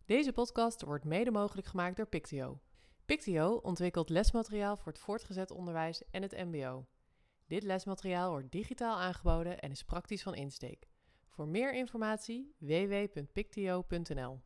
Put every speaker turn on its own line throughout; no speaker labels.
Deze podcast wordt mede mogelijk gemaakt door Pictio. Pictio ontwikkelt lesmateriaal voor het voortgezet onderwijs en het mbo. Dit lesmateriaal wordt digitaal aangeboden en is praktisch van insteek. Voor meer informatie www.pictio.nl.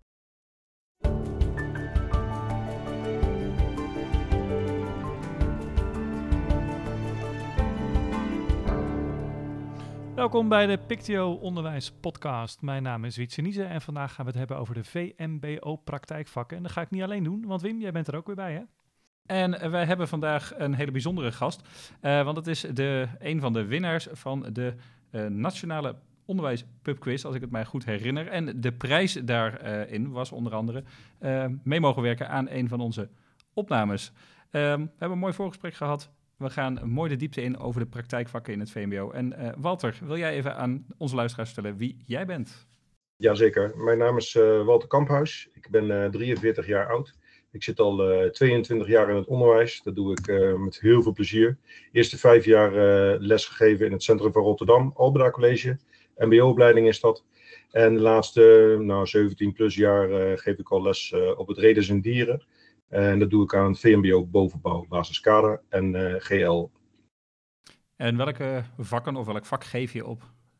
Welkom bij de Pictio Onderwijs Podcast. Mijn naam is Wietse Niezen en vandaag gaan we het hebben over de VMBO praktijkvakken. En dat ga ik niet alleen doen, want Wim, jij bent er ook weer bij, hè? En wij hebben vandaag een hele bijzondere gast, want het is een van de winnaars van de Nationale Onderwijs Pubquiz, als ik het mij goed herinner. En de prijs daarin was onder andere mee mogen werken aan een van onze opnames. We hebben een mooi voorgesprek gehad. We gaan mooi de diepte in over de praktijkvakken in het VMBO. En Walter, wil jij even aan onze luisteraars vertellen wie jij bent?
Jazeker, mijn naam is Walter Kamphuis. Ik ben 43 jaar oud. Ik zit al 22 jaar in het onderwijs. Dat doe ik met heel veel plezier. Eerste 5 jaar lesgegeven in het centrum van Rotterdam, Albeda College. MBO-opleiding is dat. En de laatste 17 plus jaar geef ik al les op het Redens en Dieren. En dat doe ik aan het VMBO bovenbouw, basiskader en GL.
En welke vakken of welk vak geef je op?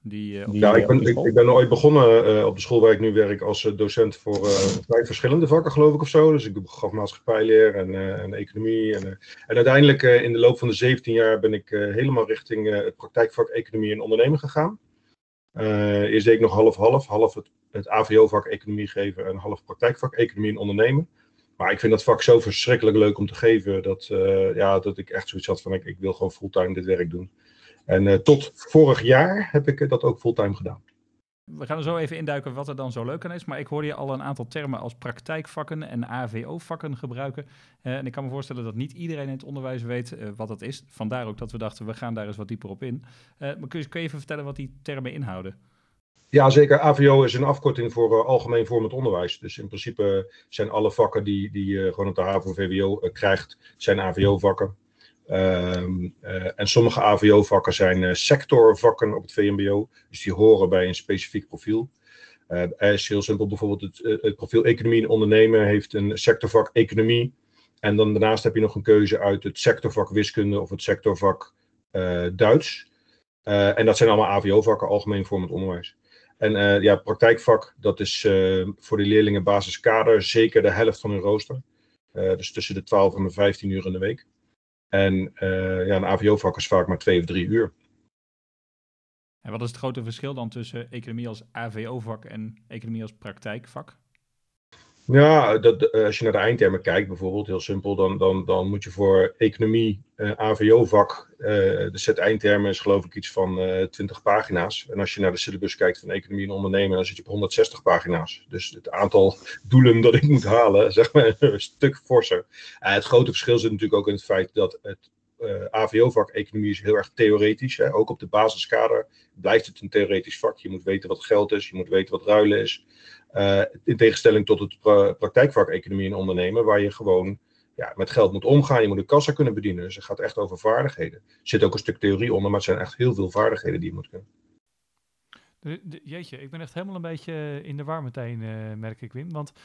Ik ben ooit begonnen op de school waar ik nu werk als docent voor 5 verschillende vakken, geloof ik, of zo. Dus ik gaf maatschappijleer en economie. En uiteindelijk in de loop van de 17 jaar ben ik helemaal richting het praktijkvak economie en ondernemen gegaan. Eerst deed ik nog half het AVO-vak economie geven en half praktijkvak economie en ondernemen. Maar ik vind dat vak zo verschrikkelijk leuk om te geven, dat ik echt zoiets had van ik wil gewoon fulltime dit werk doen. En tot vorig jaar heb ik dat ook fulltime gedaan.
We gaan er zo even induiken wat er dan zo leuk aan is. Maar ik hoorde je al een aantal termen als praktijkvakken en AVO-vakken gebruiken. En ik kan me voorstellen dat niet iedereen in het onderwijs weet wat dat is. Vandaar ook dat we dachten, we gaan daar eens wat dieper op in. Maar kun je even vertellen wat die termen inhouden?
Ja, zeker. AVO is een afkorting voor algemeen vormend onderwijs. Dus in principe zijn alle vakken die je gewoon op de HAVO-VWO krijgt, zijn AVO-vakken. En sommige AVO-vakken zijn sectorvakken op het VMBO. Dus die horen bij een specifiek profiel. Is heel simpel, bijvoorbeeld het profiel economie en ondernemen heeft een sectorvak economie. En dan daarnaast heb je nog een keuze uit het sectorvak wiskunde of het sectorvak Duits. En dat zijn allemaal AVO-vakken, algemeen vormend onderwijs. En praktijkvak, dat is voor de leerlingen basiskader zeker de helft van hun rooster. Dus tussen de 12 en de 15 uur in de week. En een AVO-vak is vaak maar 2 of 3 uur.
En wat is het grote verschil dan tussen economie als AVO-vak en economie als praktijkvak?
Ja, als je naar de eindtermen kijkt bijvoorbeeld, heel simpel, dan moet je voor economie AVO-vak, de set eindtermen is geloof ik iets van 20 pagina's. En als je naar de syllabus kijkt van economie en ondernemen, dan zit je op 160 pagina's. Dus het aantal doelen dat ik moet halen, zeg maar, een stuk forser. Het grote verschil zit natuurlijk ook in het feit dat het AVO-vak economie is heel erg theoretisch. Hè. Ook op de basiskader blijft het een theoretisch vak. Je moet weten wat geld is, je moet weten wat ruilen is. In tegenstelling tot het praktijkvak economie en ondernemen, waar je gewoon met geld moet omgaan. Je moet de kassa kunnen bedienen. Dus het gaat echt over vaardigheden. Er zit ook een stuk theorie onder, maar het zijn echt heel veel vaardigheden die je moet kunnen.
Jeetje, ik ben echt helemaal een beetje in de war meteen, merk ik, Wim. Want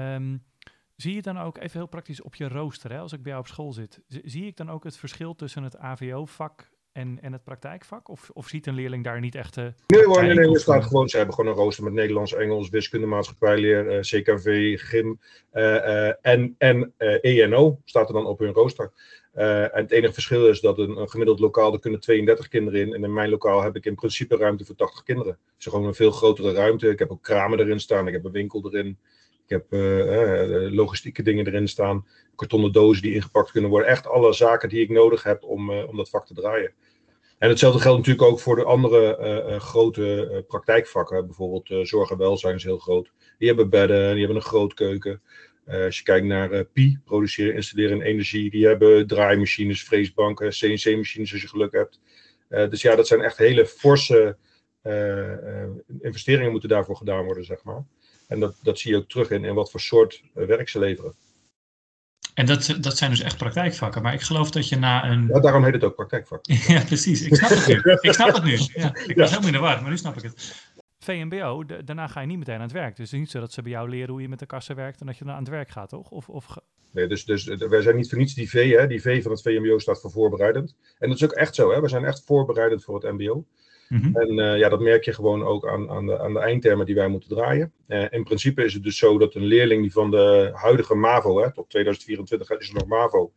zie je dan ook even heel praktisch op je rooster, hè, als ik bij jou op school zit, zie ik dan ook het verschil tussen het AVO-vak en het praktijkvak? Of ziet een leerling daar niet echt...
Nee, het staat gewoon, ze hebben gewoon een rooster met Nederlands, Engels, wiskunde, maatschappijleer, CKV, gym en ENO staat er dan op hun rooster. En het enige verschil is dat een gemiddeld lokaal, er kunnen 32 kinderen in. En in mijn lokaal heb ik in principe ruimte voor 80 kinderen. Het is gewoon een veel grotere ruimte. Ik heb ook kramen erin staan, ik heb een winkel erin. Ik heb logistieke dingen erin staan, kartonnen dozen die ingepakt kunnen worden. Echt alle zaken die ik nodig heb om dat vak te draaien. En hetzelfde geldt natuurlijk ook voor de andere grote praktijkvakken. Bijvoorbeeld zorg en welzijn is heel groot. Die hebben bedden, die hebben een grootkeuken. Als je kijkt naar PI, produceren, installeren en energie. Die hebben draaimachines, freesbanken, CNC-machines als je geluk hebt. Dus ja, dat zijn echt hele forse investeringen moeten daarvoor gedaan worden, zeg maar. En dat zie je ook terug in wat voor soort werk ze leveren.
En dat zijn dus echt praktijkvakken. Maar ik geloof dat je na een...
Ja, daarom heet het ook praktijkvak.
Ja, precies. Ik snap het nu. Ja, ik was helemaal in de war, maar nu snap ik het.
VMBO, daarna ga je niet meteen aan het werk. Dus het is niet zo dat ze bij jou leren hoe je met de kassen werkt en dat je dan aan het werk gaat, toch?
Nee, dus wij zijn niet voor niets die V, hè? Die V van het VMBO staat voor voorbereidend. En dat is ook echt zo, hè? We zijn echt voorbereidend voor het MBO.
Mhm.
En dat merk je gewoon ook aan de eindtermen die wij moeten draaien. In principe is het dus zo dat een leerling die van de huidige MAVO, hè, tot 2024 is er nog MAVO,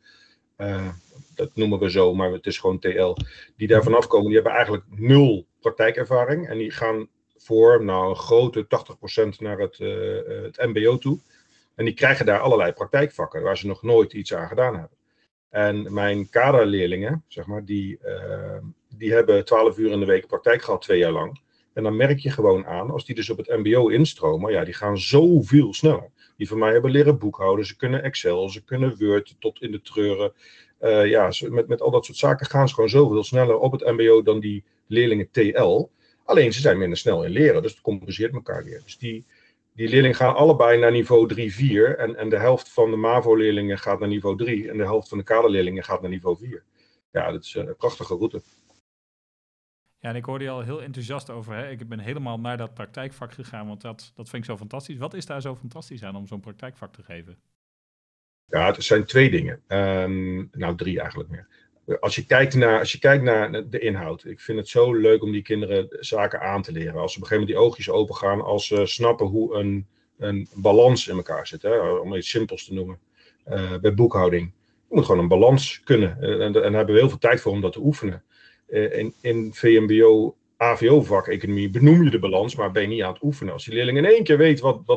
dat noemen we zo, maar het is gewoon TL, die daar vanaf komen, die hebben eigenlijk 0 praktijkervaring. En die gaan voor een grote 80% naar het MBO toe. En die krijgen daar allerlei praktijkvakken waar ze nog nooit iets aan gedaan hebben. En mijn kaderleerlingen, zeg maar, die hebben 12 uur in de week praktijk gehad 2 jaar lang. En dan merk je gewoon aan, als die dus op het MBO instromen, ja, die gaan zoveel sneller. Die van mij hebben leren boekhouden, ze kunnen Excel, ze kunnen Word tot in de treuren. Met al dat soort zaken gaan ze gewoon zoveel sneller op het MBO dan die leerlingen TL. Alleen ze zijn minder snel in leren, dus het compenseert elkaar weer. Dus die leerlingen gaan allebei naar niveau 3-4 en de helft van de MAVO-leerlingen gaat naar niveau 3 en de helft van de kaderleerlingen gaat naar niveau 4. Ja, dat is een prachtige route.
Ja, en ik hoorde je al heel enthousiast over. Hè? Ik ben helemaal naar dat praktijkvak gegaan, want dat vind ik zo fantastisch. Wat is daar zo fantastisch aan om zo'n praktijkvak te geven?
Ja, het zijn 2 dingen. 3 eigenlijk meer. Als je kijkt naar de inhoud. Ik vind het zo leuk om die kinderen zaken aan te leren. Als ze op een gegeven moment die oogjes open gaan. Als ze snappen hoe een balans in elkaar zit. Hè? Om iets simpels te noemen. Bij boekhouding. Je moet gewoon een balans kunnen. En daar hebben we heel veel tijd voor om dat te oefenen. In VMBO, AVO-vak economie benoem je de balans. Maar ben je niet aan het oefenen. Als die leerling in één keer weet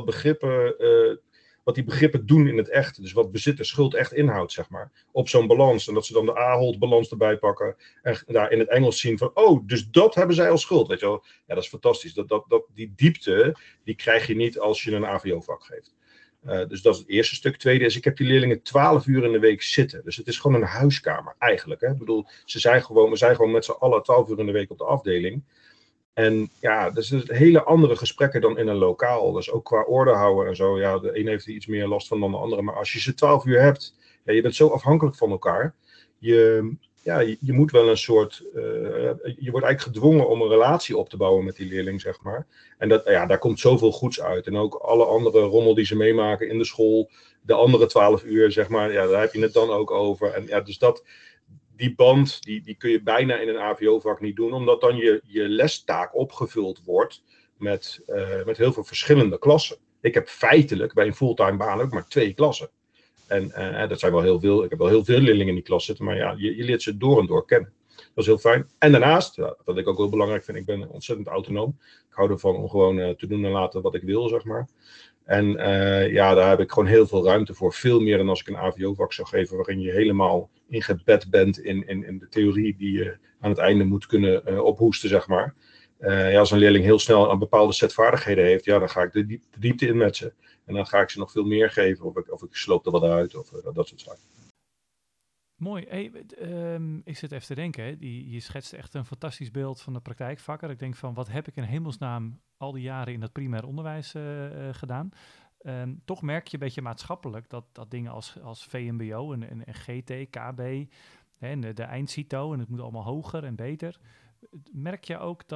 wat die begrippen doen in het echt. Dus wat bezit en schuld echt inhoudt, zeg maar. Op zo'n balans. En dat ze dan de Ahold-balans erbij pakken. En daar in het Engels zien van, dus dat hebben zij als schuld. Weet je wel? Ja, dat is fantastisch. Die diepte, die krijg je niet als je een AVO-vak geeft. Dus dat is het eerste stuk. Tweede is, ik heb die leerlingen 12 uur in de week zitten. Dus het is gewoon een huiskamer, eigenlijk. Hè? Ik bedoel, we zijn gewoon met z'n allen 12 uur in de week op de afdeling. En ja, dat is hele andere gesprekken dan in een lokaal. Dus ook qua orde houden en zo. Ja, de een heeft er iets meer last van dan de andere. Maar als je ze 12 uur hebt, ja, je bent zo afhankelijk van elkaar. Je moet wel een soort... je wordt eigenlijk gedwongen om een relatie op te bouwen met die leerling, zeg maar. En daar komt zoveel goeds uit. En ook alle andere rommel die ze meemaken in de school. De andere 12 uur, zeg maar. Ja, daar heb je het dan ook over. En ja, dus die band, die kun je bijna in een AVO-vak niet doen, omdat dan je lestaak opgevuld wordt met heel veel verschillende klassen. Ik heb feitelijk bij een fulltime baan ook maar 2 klassen. En dat zijn wel heel veel. Ik heb wel heel veel leerlingen in die klas zitten, maar ja, je leert ze door en door kennen. Dat is heel fijn. En daarnaast, wat ik ook heel belangrijk vind, ik ben ontzettend autonoom. Ik hou ervan om gewoon te doen en laten wat ik wil, zeg maar. En daar heb ik gewoon heel veel ruimte voor. Veel meer dan als ik een AVO-vak zou geven, waarin je helemaal ingebed bent in de theorie die je aan het einde moet kunnen ophoesten, zeg maar. Als een leerling heel snel een bepaalde set vaardigheden heeft, ja, dan ga ik de diepte in met ze. En dan ga ik ze nog veel meer geven, of ik sloop er wat uit, of dat soort zaken.
Mooi. Hey, ik zit even te denken, hè. Je schetst echt een fantastisch beeld van de praktijkvakker. Ik denk van, wat heb ik in hemelsnaam al die jaren in dat primair onderwijs gedaan? Toch merk je een beetje maatschappelijk dat dingen als VMBO en GT, KB, en de eindcito, en het moet allemaal hoger en beter. Merk je ook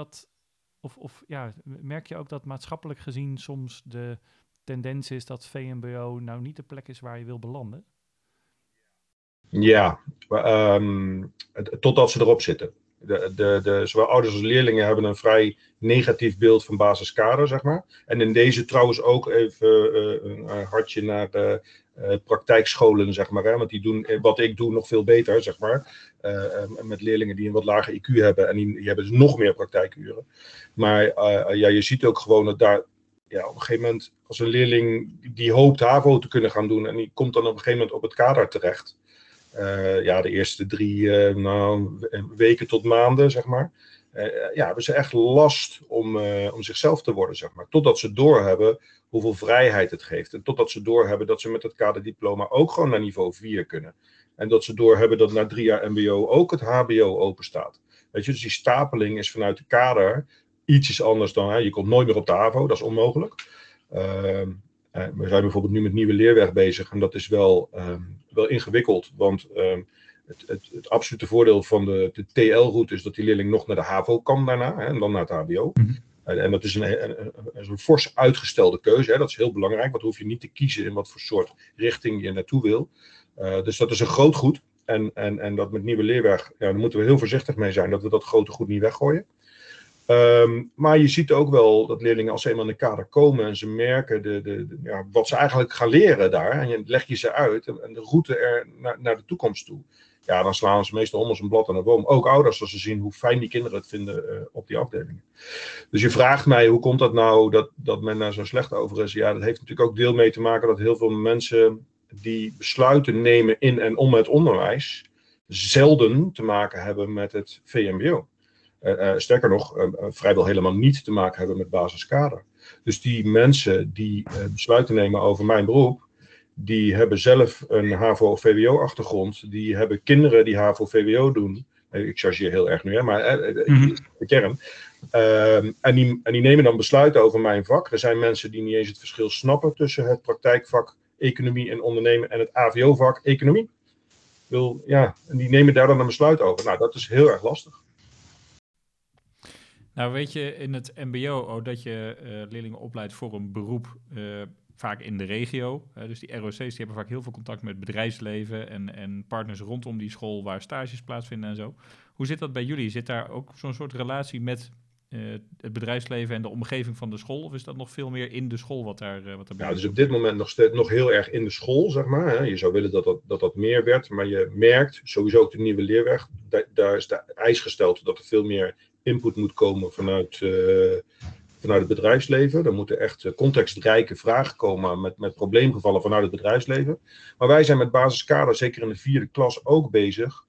dat maatschappelijk gezien soms de tendens is dat VMBO nou niet de plek is waar je wil belanden?
Ja, totdat ze erop zitten. Zowel ouders als leerlingen hebben een vrij negatief beeld van basiskader, zeg maar. En in deze trouwens ook even een hartje naar de praktijkscholen, zeg maar. Hè? Want die doen wat ik doe nog veel beter, zeg maar. Met leerlingen die een wat lager IQ hebben. En die hebben dus nog meer praktijkuren. Maar je ziet ook gewoon dat daar... Ja, op een gegeven moment, als een leerling die hoopt HAVO te kunnen gaan doen... en die komt dan op een gegeven moment op het kader terecht... de eerste 3 weken tot maanden, zeg maar. Hebben ze echt last om zichzelf te worden, zeg maar. Totdat ze doorhebben hoeveel vrijheid het geeft. En totdat ze doorhebben dat ze met het kaderdiploma ook gewoon naar niveau 4 kunnen. En dat ze doorhebben dat na 3 jaar mbo ook het hbo open staat. Weet je, dus die stapeling is vanuit de kader ietsjes anders dan... je komt nooit meer op de HAVO, dat is onmogelijk. We zijn bijvoorbeeld nu met nieuwe leerweg bezig en dat is wel ingewikkeld, want het absolute voordeel van de TL-route is dat die leerling nog naar de HAVO kan daarna en dan naar het HBO.
Mm-hmm.
En dat is een fors uitgestelde keuze. Hè. Dat is heel belangrijk, want hoef je niet te kiezen in wat voor soort richting je naartoe wil. Dus dat is een groot goed. En dat met nieuwe leerweg, daar moeten we heel voorzichtig mee zijn dat we dat grote goed niet weggooien. Maar je ziet ook wel dat leerlingen als ze eenmaal in de kader komen en ze merken wat ze eigenlijk gaan leren daar. En je leg je ze uit en de route er naar de toekomst toe. Ja, dan slaan ze meestal om als een blad aan de boom. Ook ouders als ze zien hoe fijn die kinderen het vinden op die afdelingen. Dus je vraagt mij, hoe komt dat nou dat men daar zo slecht over is? Ja, dat heeft natuurlijk ook deel mee te maken dat heel veel mensen die besluiten nemen in en om het onderwijs zelden te maken hebben met het VMBO. Sterker nog, vrijwel helemaal niet te maken hebben met basiskader. Dus die mensen die besluiten nemen over mijn beroep, die hebben zelf een HAVO-VWO-achtergrond. Die hebben kinderen die HAVO-VWO doen. Ik chargeer heel erg nu, hè, maar de kern. En die nemen dan besluiten over mijn vak. Er zijn mensen die niet eens het verschil snappen tussen het praktijkvak economie en ondernemen en het AVO-vak economie. En die nemen daar dan een besluit over. Nou, dat is heel erg lastig.
Nou, weet je in het mbo dat je leerlingen opleidt voor een beroep vaak in de regio. Dus die ROC's die hebben vaak heel veel contact met het bedrijfsleven en partners rondom die school waar stages plaatsvinden en zo. Hoe zit dat bij jullie? Zit daar ook zo'n soort relatie met het bedrijfsleven en de omgeving van de school? Of is dat nog veel meer in de school wat daar
dus op dit moment nog heel erg in de school, zeg maar. Hè. Je zou willen dat meer werd, maar je merkt sowieso ook de nieuwe leerweg. Daar is de eis gesteld dat er veel meer input moet komen vanuit het bedrijfsleven. Er moeten echt contextrijke vragen komen met probleemgevallen vanuit het bedrijfsleven. Maar wij zijn met basiskader, zeker in de 4e klas, ook bezig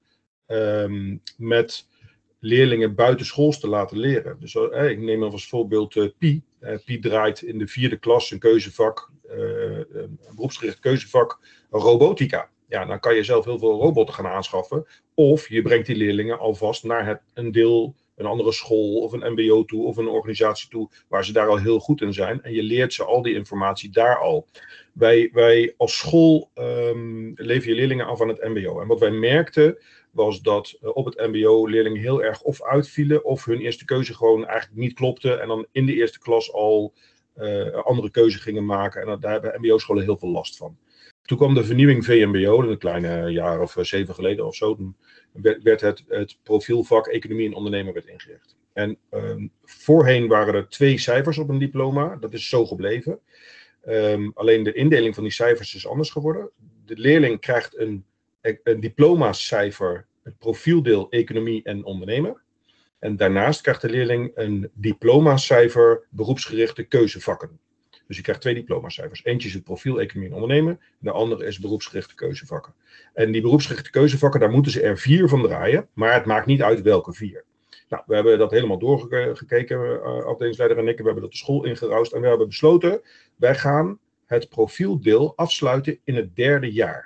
met leerlingen buitenschools te laten leren. Dus ik neem als voorbeeld Pi. Pi draait in de 4e klas een keuzevak, een beroepsgericht keuzevak robotica. Ja, dan kan je zelf heel veel robotten gaan aanschaffen. Of je brengt die leerlingen alvast naar een andere school of een mbo toe of een organisatie toe waar ze daar al heel goed in zijn. En je leert ze al die informatie daar al. Wij als school leveren je leerlingen af aan het mbo. En wat wij merkten was dat op het mbo leerlingen heel erg of uitvielen of hun eerste keuze gewoon eigenlijk niet klopte. En dan in de eerste klas al andere keuze gingen maken. En daar hebben mbo-scholen heel veel last van. Toen kwam de vernieuwing VMBO, een kleine jaar of 7 geleden of zo. Toen werd het profielvak economie en ondernemen werd ingericht. En voorheen waren er 2 cijfers op een diploma. Dat is zo gebleven. Alleen de indeling van die cijfers is anders geworden. De leerling krijgt een diplomacijfer, het profieldeel economie en ondernemen. En daarnaast krijgt de leerling een diplomacijfer beroepsgerichte keuzevakken. Dus je krijgt 2 diplomacijfers. Eentje is het profiel economie en ondernemen. En de andere is beroepsgerichte keuzevakken. En die beroepsgerichte keuzevakken, daar moeten ze er 4 van draaien. Maar het maakt niet uit welke 4. Nou, we hebben dat helemaal doorgekeken, afdelingsleider en ik. We hebben dat de school ingeroust. En we hebben besloten, wij gaan het profieldeel afsluiten in het 3e jaar.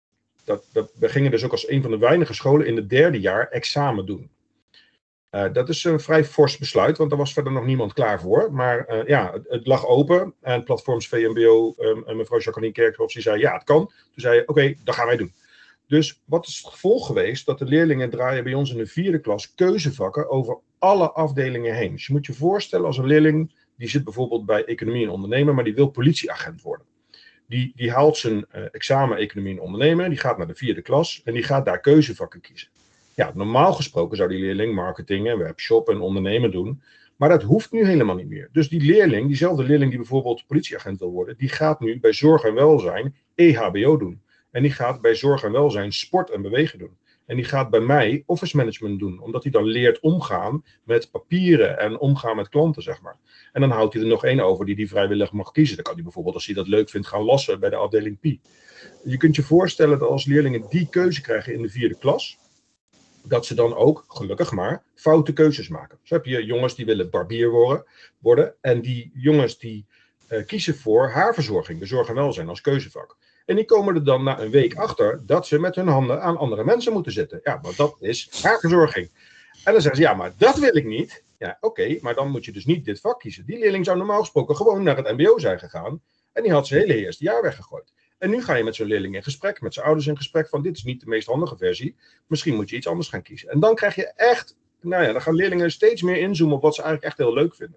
We gingen dus ook als een van de weinige scholen in het 3e jaar examen doen. Dat is een vrij fors besluit, want daar was verder nog niemand klaar voor. Maar het lag open en platforms VMBO en mevrouw Jacqueline Kerkhoff, die zei ja, het kan. Toen zei je, oké, dat gaan wij doen. Dus wat is het gevolg geweest? Dat de leerlingen draaien bij ons in de 4e klas keuzevakken over alle afdelingen heen. Dus je moet je voorstellen als een leerling, die zit bijvoorbeeld bij economie en ondernemen, maar die wil politieagent worden. Die haalt zijn examen economie en ondernemen, die gaat naar de 4e klas en die gaat daar keuzevakken kiezen. Ja, normaal gesproken zou die leerling marketing en webshop en ondernemen doen. Maar dat hoeft nu helemaal niet meer. Dus diezelfde leerling die bijvoorbeeld politieagent wil worden, die gaat nu bij zorg en welzijn EHBO doen. En die gaat bij zorg en welzijn sport en bewegen doen. En die gaat bij mij office management doen, omdat hij dan leert omgaan met papieren en omgaan met klanten, zeg maar. En dan houdt hij er nog 1 over die vrijwillig mag kiezen. Dan kan hij bijvoorbeeld, als hij dat leuk vindt, gaan lassen bij de afdeling Pi. Je kunt je voorstellen dat als leerlingen die keuze krijgen in de 4e klas, dat ze dan ook, gelukkig maar, foute keuzes maken. Zo heb je jongens die willen barbier worden. En die jongens die kiezen voor haarverzorging, de zorg en welzijn als keuzevak. En die komen er dan na een week achter dat ze met hun handen aan andere mensen moeten zitten. Ja, want dat is haarverzorging. En dan zeggen ze, ja, maar dat wil ik niet. Ja, oké, maar dan moet je dus niet dit vak kiezen. Die leerling zou normaal gesproken gewoon naar het mbo zijn gegaan. En die had zijn hele eerste jaar weggegooid. En nu ga je met zo'n leerling in gesprek, met zijn ouders in gesprek van dit is niet de meest handige versie. Misschien moet je iets anders gaan kiezen. En dan krijg je echt, dan gaan leerlingen steeds meer inzoomen op wat ze eigenlijk echt heel leuk vinden.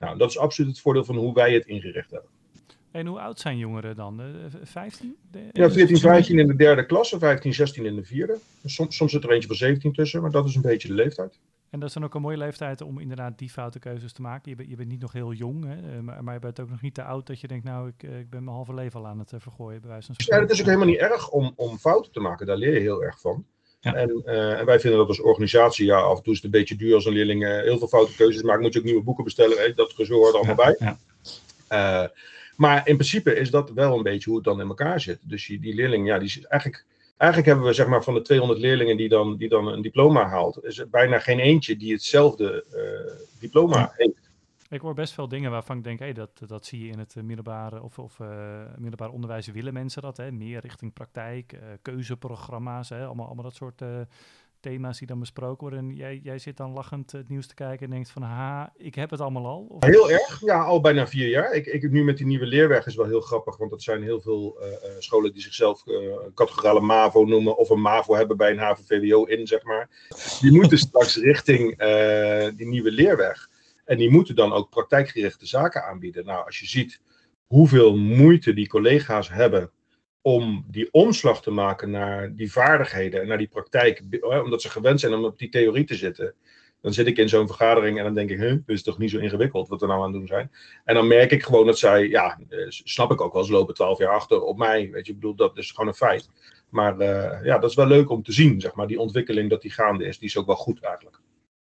Nou, dat is absoluut het voordeel van hoe wij het ingericht hebben.
En hoe oud zijn jongeren dan? 15?
Ja, 14, 15 in de derde klasse, 15, 16 in de vierde. Soms zit er eentje van 17 tussen, maar dat is een beetje de leeftijd.
En dat is dan ook een mooie leeftijd om inderdaad die foute keuzes te maken. Je bent niet nog heel jong, hè? Maar je bent ook nog niet te oud dat je denkt, nou, ik ben mijn halve leven al aan het vergooien, bij wijze van spreken.
Ja, het is ook helemaal niet erg om fouten te maken, daar leer je heel erg van.
Ja.
En wij vinden dat als organisatie, ja, af en toe is het een beetje duur als een leerling heel veel foute keuzes maakt. Moet je ook nieuwe boeken bestellen, dat gezeur hoort allemaal bij. Ja. Maar in principe is dat wel een beetje hoe het dan in elkaar zit. Dus die leerling, ja, die is eigenlijk hebben we zeg maar van de 200 leerlingen die dan een diploma haalt, is er bijna geen eentje die hetzelfde diploma heeft.
Ik hoor best veel dingen waarvan ik denk, dat zie je in het middelbare middelbaar onderwijs willen mensen dat, hè? Meer richting praktijk, keuzeprogramma's, hè? Allemaal dat soort thema's die dan besproken worden. En jij zit dan lachend het nieuws te kijken en denkt van, ik heb het allemaal al. Of...
Heel erg, ja, al bijna 4 jaar. Ik nu met die nieuwe leerweg is wel heel grappig, want dat zijn heel veel scholen die zichzelf categorale MAVO noemen, of een MAVO hebben bij een HAVO-VWO in, zeg maar. Die moeten straks richting die nieuwe leerweg. En die moeten dan ook praktijkgerichte zaken aanbieden. Nou, als je ziet hoeveel moeite die collega's hebben om die omslag te maken naar die vaardigheden en naar die praktijk, omdat ze gewend zijn om op die theorie te zitten. Dan zit ik in zo'n vergadering en dan denk ik, dat is toch niet zo ingewikkeld wat we nou aan het doen zijn. En dan merk ik gewoon dat zij, ja, snap ik ook wel, ze lopen 12 jaar achter op mij. Weet je, ik bedoel, dat is gewoon een feit. Maar ja, dat is wel leuk om te zien, zeg maar, die ontwikkeling dat die gaande is. Die is ook wel goed eigenlijk.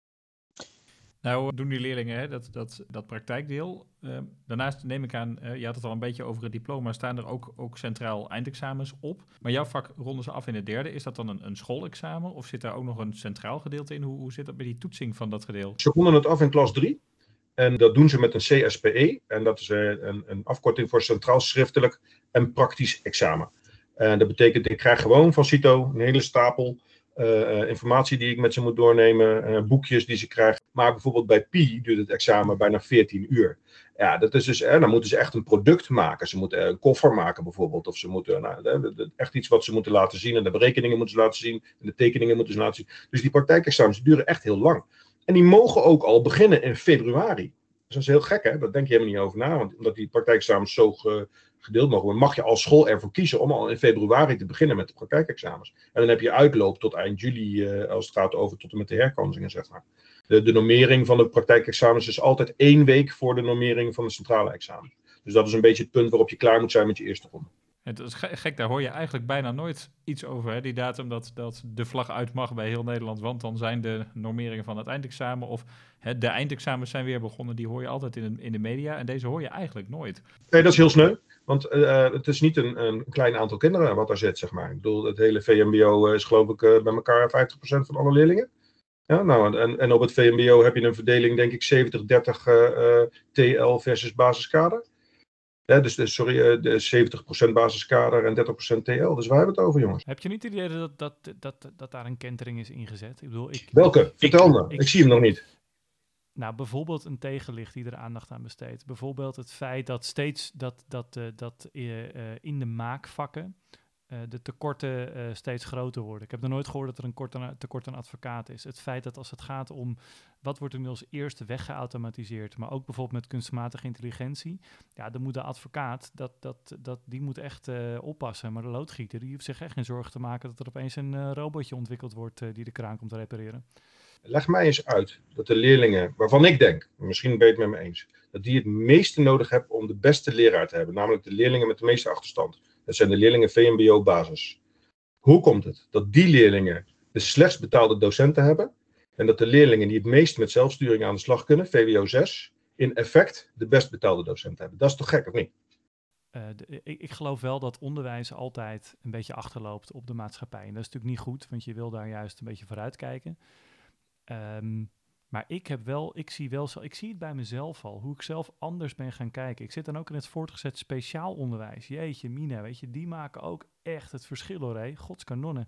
Nou, doen die leerlingen hè, dat praktijkdeel. Daarnaast neem ik aan, je had het al een beetje over het diploma, staan er ook centraal eindexamens op. Maar jouw vak ronden ze af in het derde. Is dat dan een schoolexamen of zit daar ook nog een centraal gedeelte in? Hoe zit dat met die toetsing van dat gedeelte?
Ze ronden het af in klas 3. En dat doen ze met een CSPE. En dat is een afkorting voor Centraal Schriftelijk en Praktisch Examen. Dat betekent, ik krijg gewoon van CITO een hele stapel informatie die ik met ze moet doornemen, boekjes die ze krijgen. Maar bijvoorbeeld bij PI duurt het examen bijna 14 uur. Ja, dat is dus, dan moeten ze echt een product maken. Ze moeten een koffer maken bijvoorbeeld. Of ze moeten echt iets wat ze moeten laten zien. En de berekeningen moeten ze laten zien. En de tekeningen moeten ze laten zien. Dus die praktijkexamens die duren echt heel lang. En die mogen ook al beginnen in februari. Dus dat is heel gek, hè? Daar denk je helemaal niet over na. Want omdat die praktijkexamens zo gedeeld mogen worden, mag je als school ervoor kiezen om al in februari te beginnen met de praktijkexamens. En dan heb je uitloop tot eind juli, als het gaat over tot en met de herkansingen, zeg maar. De normering van de praktijkexamens is altijd 1 week voor de normering van de centrale examen. Dus dat is een beetje het punt waarop je klaar moet zijn met je eerste ronde.
Het is gek, daar hoor je eigenlijk bijna nooit iets over. Hè? Die datum dat de vlag uit mag bij heel Nederland, want dan zijn de normeringen van het eindexamen of de eindexamens zijn weer begonnen. Die hoor je altijd in de media en deze hoor je eigenlijk nooit.
Nee, dat is heel sneu. Want het is niet een klein aantal kinderen wat daar zit, zeg maar. Ik bedoel, het hele VMBO is geloof ik bij elkaar 50% van alle leerlingen. Ja, nou, en op het VMBO heb je een verdeling, denk ik, 70-30 TL versus basiskader. Ja, dus de 70% basiskader en 30% TL. Dus waar hebben we het over, jongens?
Heb je niet het idee dat daar een kentering is ingezet? Ik bedoel,
Welke? Vertel me. Ik zie hem nog niet.
Nou, bijvoorbeeld een tegenlicht die er aandacht aan besteedt. Bijvoorbeeld het feit dat steeds in de maakvakken de tekorten steeds groter worden. Ik heb nog nooit gehoord dat er een tekort aan advocaten is. Het feit dat als het gaat om wat wordt er nu als eerste weggeautomatiseerd, maar ook bijvoorbeeld met kunstmatige intelligentie, ja, dan moet de advocaat, die moet echt oppassen. Maar de loodgieter, die hoeft zich echt geen zorgen te maken dat er opeens een robotje ontwikkeld wordt die de kraan komt te repareren.
Leg mij eens uit dat de leerlingen, waarvan ik denk, misschien ben je het met me eens, dat die het meeste nodig hebben om de beste leraar te hebben, namelijk de leerlingen met de meeste achterstand. Dat zijn de leerlingen VMBO-basis. Hoe komt het dat die leerlingen de slechtst betaalde docenten hebben en dat de leerlingen die het meest met zelfsturing aan de slag kunnen, VWO 6, in effect de best betaalde docenten hebben? Dat is toch gek, of niet?
Ik geloof wel dat onderwijs altijd een beetje achterloopt op de maatschappij. En dat is natuurlijk niet goed, want je wil daar juist een beetje vooruit kijken. Maar ik zie het bij mezelf al, hoe ik zelf anders ben gaan kijken. Ik zit dan ook in het voortgezet speciaal onderwijs. Jeetje mina, weet je, die maken ook echt het verschil hoor, hé. Godskanonnen.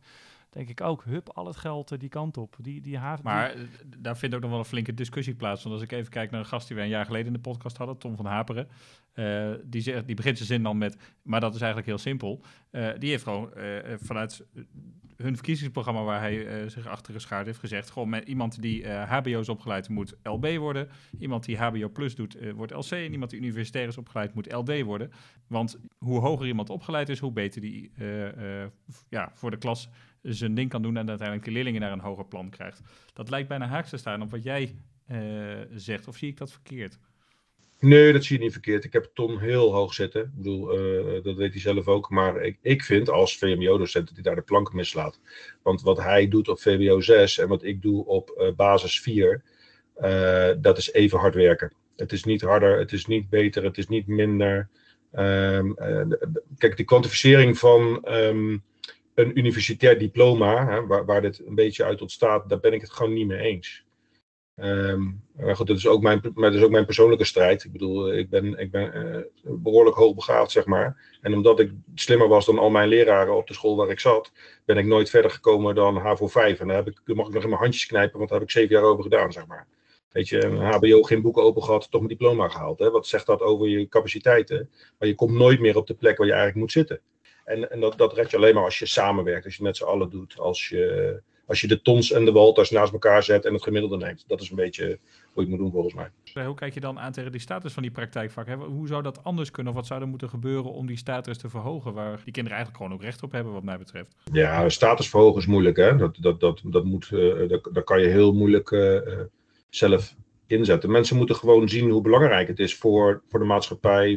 denk ik ook, hup, al het geld die kant op.
Maar daar vindt ook nog wel een flinke discussie plaats. Want als ik even kijk naar een gast die we een jaar geleden in de podcast hadden, Tom van Haperen. Die begint zijn zin dan met, maar dat is eigenlijk heel simpel. Die heeft gewoon vanuit hun verkiezingsprogramma waar hij zich achter geschaard heeft gezegd, gewoon met iemand die HBO is opgeleid moet LB worden. Iemand die HBO Plus doet wordt LC. En iemand die universitair is opgeleid moet LD worden. Want hoe hoger iemand opgeleid is, hoe beter die voor de klas zijn ding kan doen en uiteindelijk de leerlingen naar een hoger plan krijgt. Dat lijkt bijna haaks te staan op wat jij zegt. Of zie ik dat verkeerd?
Nee, dat zie je niet verkeerd. Ik heb Tom heel hoog zitten. Ik bedoel, dat weet hij zelf ook. Maar ik vind als VMBO-docent dat hij daar de plank mislaat. Want wat hij doet op VWO 6 en wat ik doe op basis 4, dat is even hard werken. Het is niet harder, het is niet beter, het is niet minder. Kijk, de kwantificering van een universitair diploma, waar dit een beetje uit ontstaat, daar ben ik het gewoon niet mee eens. Maar goed, dat is ook mijn persoonlijke strijd. Ik bedoel, ik ben behoorlijk hoogbegaafd, zeg maar. En omdat ik slimmer was dan al mijn leraren op de school waar ik zat, ben ik nooit verder gekomen dan HAVO 5. En daar mag ik nog in mijn handjes knijpen, want daar heb ik 7 jaar over gedaan, zeg maar. Weet je, een HBO, geen boeken open gehad, toch mijn diploma gehaald. Hè? Wat zegt dat over je capaciteiten? Maar je komt nooit meer op de plek waar je eigenlijk moet zitten. En dat red je alleen maar als je samenwerkt, als je met z'n allen doet, als je de Tons en de Walters naast elkaar zet en het gemiddelde neemt. Dat is een beetje hoe je het moet doen volgens mij.
Hoe kijk je dan aan tegen die status van die praktijkvak? Hè? Hoe zou dat anders kunnen of wat zou er moeten gebeuren om die status te verhogen, waar die kinderen eigenlijk gewoon ook recht op hebben wat mij betreft?
Ja, status verhogen is moeilijk. Hè? Dat kan je heel moeilijk zelf inzetten. Mensen moeten gewoon zien hoe belangrijk het is voor de maatschappij,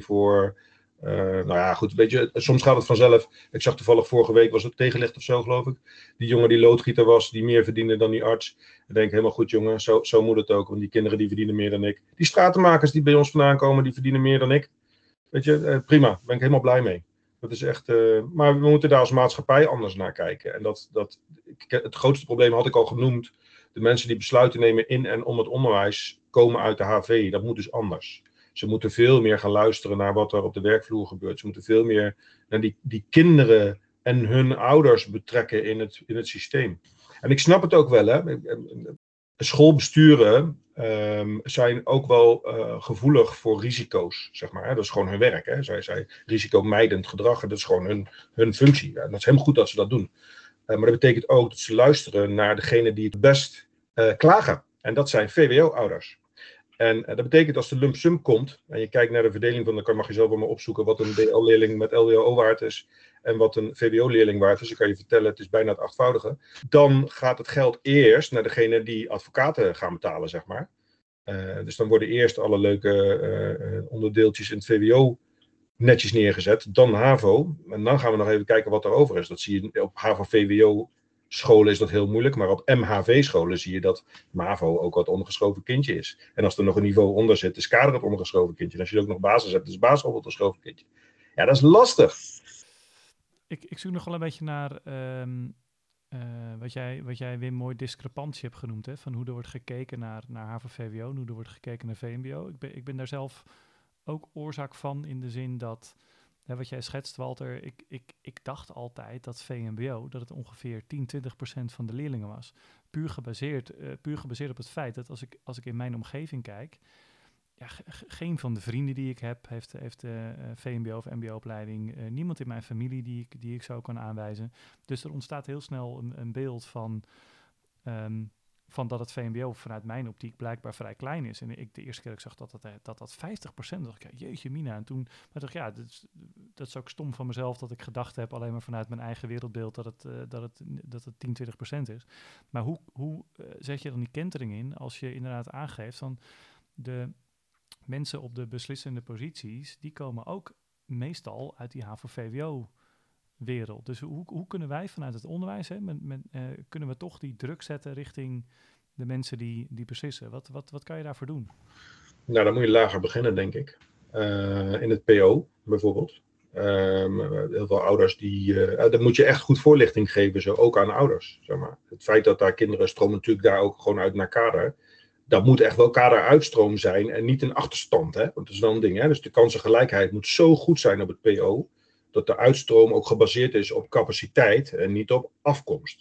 weet je, soms gaat het vanzelf. Ik zag toevallig vorige week, was het tegenlicht of zo, geloof ik. Die jongen die loodgieter was, die meer verdiende dan die arts. Ik denk, helemaal goed jongen, zo moet het ook. Want die kinderen die verdienen meer dan ik. Die stratenmakers die bij ons vandaan komen, die verdienen meer dan ik. Weet je, prima, daar ben ik helemaal blij mee. Dat is echt, maar we moeten daar als maatschappij anders naar kijken. En het grootste probleem had ik al genoemd. De mensen die besluiten nemen in en om het onderwijs komen uit de HV. Dat moet dus anders. Ze moeten veel meer gaan luisteren naar wat er op de werkvloer gebeurt. Ze moeten veel meer naar die kinderen en hun ouders betrekken in het systeem. En ik snap het ook wel, hè. Schoolbesturen zijn ook wel gevoelig voor risico's, zeg maar. Hè. Dat is gewoon hun werk, hè. Zij risicomijdend gedrag, dat is gewoon hun functie. Ja, dat is helemaal goed dat ze dat doen. Maar dat betekent ook dat ze luisteren naar degene die het best klagen. En dat zijn VWO-ouders. En dat betekent als de lump sum komt, en je kijkt naar de verdeling van, dan mag je zelf wel maar opzoeken wat een DL-leerling met LWO waard is en wat een VWO-leerling waard is. Ik kan je vertellen, het is bijna het 8-voudige. Dan gaat het geld eerst naar degene die advocaten gaan betalen, zeg maar. Dus dan worden eerst alle leuke onderdeeltjes in het VWO netjes neergezet, dan HAVO. En dan gaan we nog even kijken wat er over is. Dat zie je op HAVO-VWO scholen is dat heel moeilijk, maar op MHV-scholen zie je dat MAVO ook wat ondergeschoven kindje is. En als er nog een niveau onder zit, is kader het ondergeschoven kindje. En als je ook nog basis hebt, is basis ook ondergeschoven kindje. Ja, dat is lastig.
Ik zoek nog wel een beetje naar wat jij weer mooi discrepantie hebt genoemd. Hè? Van hoe er wordt gekeken naar HAVO-VWO en hoe er wordt gekeken naar VMBO. Ik ben daar zelf ook oorzaak van in de zin dat, wat jij schetst, Walter, ik dacht altijd dat VMBO, dat het ongeveer 10-20% van de leerlingen was. Puur gebaseerd op het feit dat als ik in mijn omgeving kijk, geen van de vrienden die ik heb heeft VMBO of MBO-opleiding. Niemand in mijn familie die ik zo kan aanwijzen. Dus er ontstaat heel snel een beeld van dat het VMBO vanuit mijn optiek blijkbaar vrij klein is. En de eerste keer dat ik zag dat 50%, dacht ik, jeetje mina. En toen dacht ik, dat is ook stom van mezelf dat ik gedacht heb, alleen maar vanuit mijn eigen wereldbeeld, dat het 10-20% is. Maar hoe zet je dan die kentering in als je inderdaad aangeeft van de mensen op de beslissende posities, die komen ook meestal uit die HAVO-VWO-wereld. Dus hoe kunnen wij vanuit het onderwijs, kunnen we toch die druk zetten richting de mensen die beslissen? Wat kan je daarvoor doen?
Nou, dan moet je lager beginnen, denk ik. In het PO, bijvoorbeeld. Heel veel ouders dan moet je echt goed voorlichting geven, zo ook aan ouders. Zeg maar. Het feit dat daar kinderen stromen natuurlijk daar ook gewoon uit naar kader. Dat moet echt wel kaderuitstroom zijn en niet een achterstand. Hè? Want dat is wel een ding. Hè? Dus de kansengelijkheid moet zo goed zijn op het PO, dat de uitstroom ook gebaseerd is op capaciteit en niet op afkomst.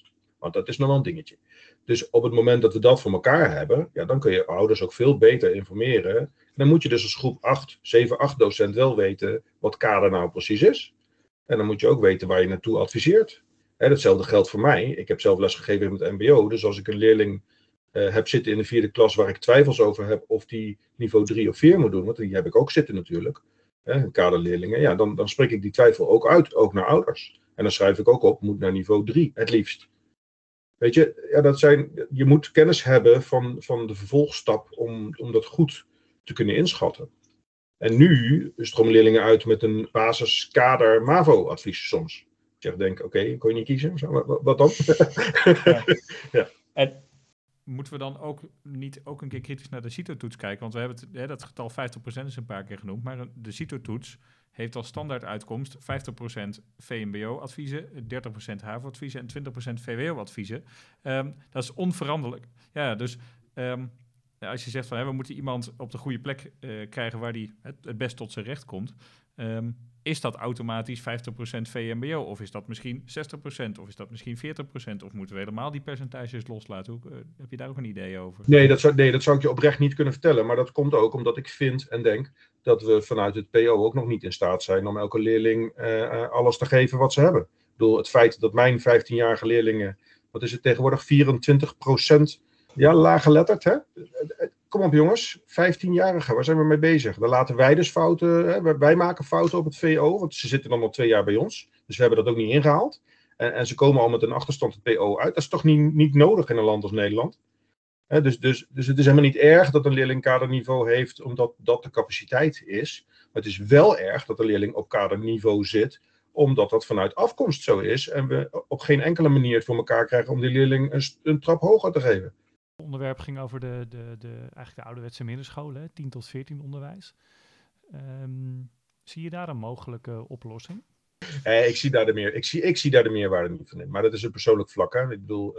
Want dat is nog wel een dingetje. Dus op het moment dat we dat voor elkaar hebben, ja, dan kun je ouders ook veel beter informeren. En dan moet je dus als groep 7, 8 docent wel weten wat kader nou precies is. En dan moet je ook weten waar je naartoe adviseert. Hetzelfde geldt voor mij. Ik heb zelf lesgegeven in het mbo. Dus als ik een leerling heb zitten in de 4e klas waar ik twijfels over heb of die niveau 3 of 4 moet doen, want die heb ik ook zitten natuurlijk, kaderleerlingen, ja, dan spreek ik die twijfel ook uit, ook naar ouders. En dan schrijf ik ook op, moet naar niveau 3 het liefst. Weet je, ja, je moet kennis hebben van de vervolgstap om dat goed te kunnen inschatten. En nu stromen leerlingen uit met een basiskader MAVO-advies soms. Ik denk, oké, kon je niet kiezen? Wat dan?
Ja. En moeten we dan ook niet een keer kritisch naar de CITO-toets kijken? Want we hebben dat getal 50% is een paar keer genoemd, maar de CITO-toets heeft als standaard uitkomst 50% VMBO-adviezen, 30% HAVO-adviezen en 20% VWO-adviezen. Dat is onveranderlijk. Ja, dus als je zegt van we moeten iemand op de goede plek krijgen waar die het best tot zijn recht komt, is dat automatisch 50% VMBO? Of is dat misschien 60%? Of is dat misschien 40%? Of moeten we helemaal die percentages loslaten? Heb je daar ook een idee over?
Nee, dat zou ik je oprecht niet kunnen vertellen. Maar dat komt ook omdat ik vind en denk dat we vanuit het PO ook nog niet in staat zijn om elke leerling alles te geven wat ze hebben. Ik bedoel, het feit dat mijn 15-jarige leerlingen, wat is het tegenwoordig, 24% laaggeletterd, hè? Kom op jongens, 15-jarigen, waar zijn we mee bezig? Dan laten wij dus fouten, wij maken fouten op het VO, want ze zitten dan al 2 jaar bij ons. Dus we hebben dat ook niet ingehaald. En ze komen al met een achterstand het PO uit. Dat is toch niet nodig in een land als Nederland? Dus het is helemaal niet erg dat een leerling kaderniveau heeft, omdat dat de capaciteit is. Maar het is wel erg dat de leerling op kaderniveau zit, omdat dat vanuit afkomst zo is. En we op geen enkele manier het voor elkaar krijgen om die leerling een trap hoger te geven.
Het onderwerp ging over eigenlijk de ouderwetse middenscholen, 10 tot 14 onderwijs. Zie je daar een mogelijke oplossing?
Ik zie daar de meerwaarde niet van in. Maar dat is een persoonlijk vlak. Hè? Ik bedoel,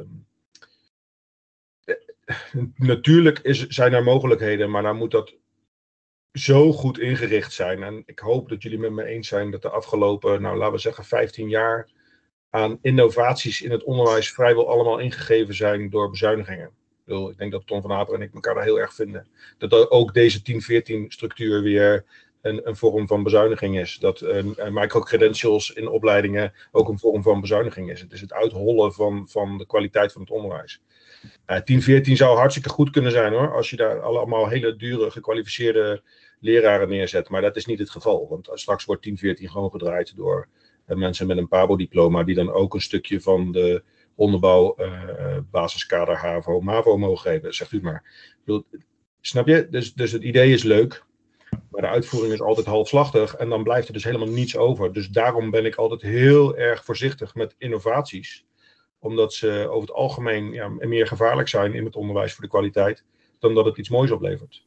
natuurlijk zijn er mogelijkheden, maar dan moet dat zo goed ingericht zijn. En ik hoop dat jullie met me eens zijn dat de afgelopen, laten we zeggen 15 jaar aan innovaties in het onderwijs vrijwel allemaal ingegeven zijn door bezuinigingen. Ik denk dat Ton van Aper en ik elkaar daar heel erg vinden. Dat ook deze 10-14 structuur weer een vorm van bezuiniging is. Dat microcredentials in opleidingen ook een vorm van bezuiniging is. Het is het uithollen van de kwaliteit van het onderwijs. 10-14 zou hartstikke goed kunnen zijn hoor. Als je daar allemaal hele dure gekwalificeerde leraren neerzet. Maar dat is niet het geval. Want straks wordt 10-14 gewoon gedraaid door mensen met een PABO-diploma. Die dan ook een stukje van de onderbouw, basiskader, HAVO, MAVO mogen geven. Zegt u maar. Ik bedoel, snap je? Dus het idee is leuk. Maar de uitvoering is altijd halfslachtig. En dan blijft er dus helemaal niets over. Dus daarom ben ik altijd heel erg voorzichtig met innovaties. Omdat ze over het algemeen meer gevaarlijk zijn in het onderwijs voor de kwaliteit. Dan dat het iets moois oplevert.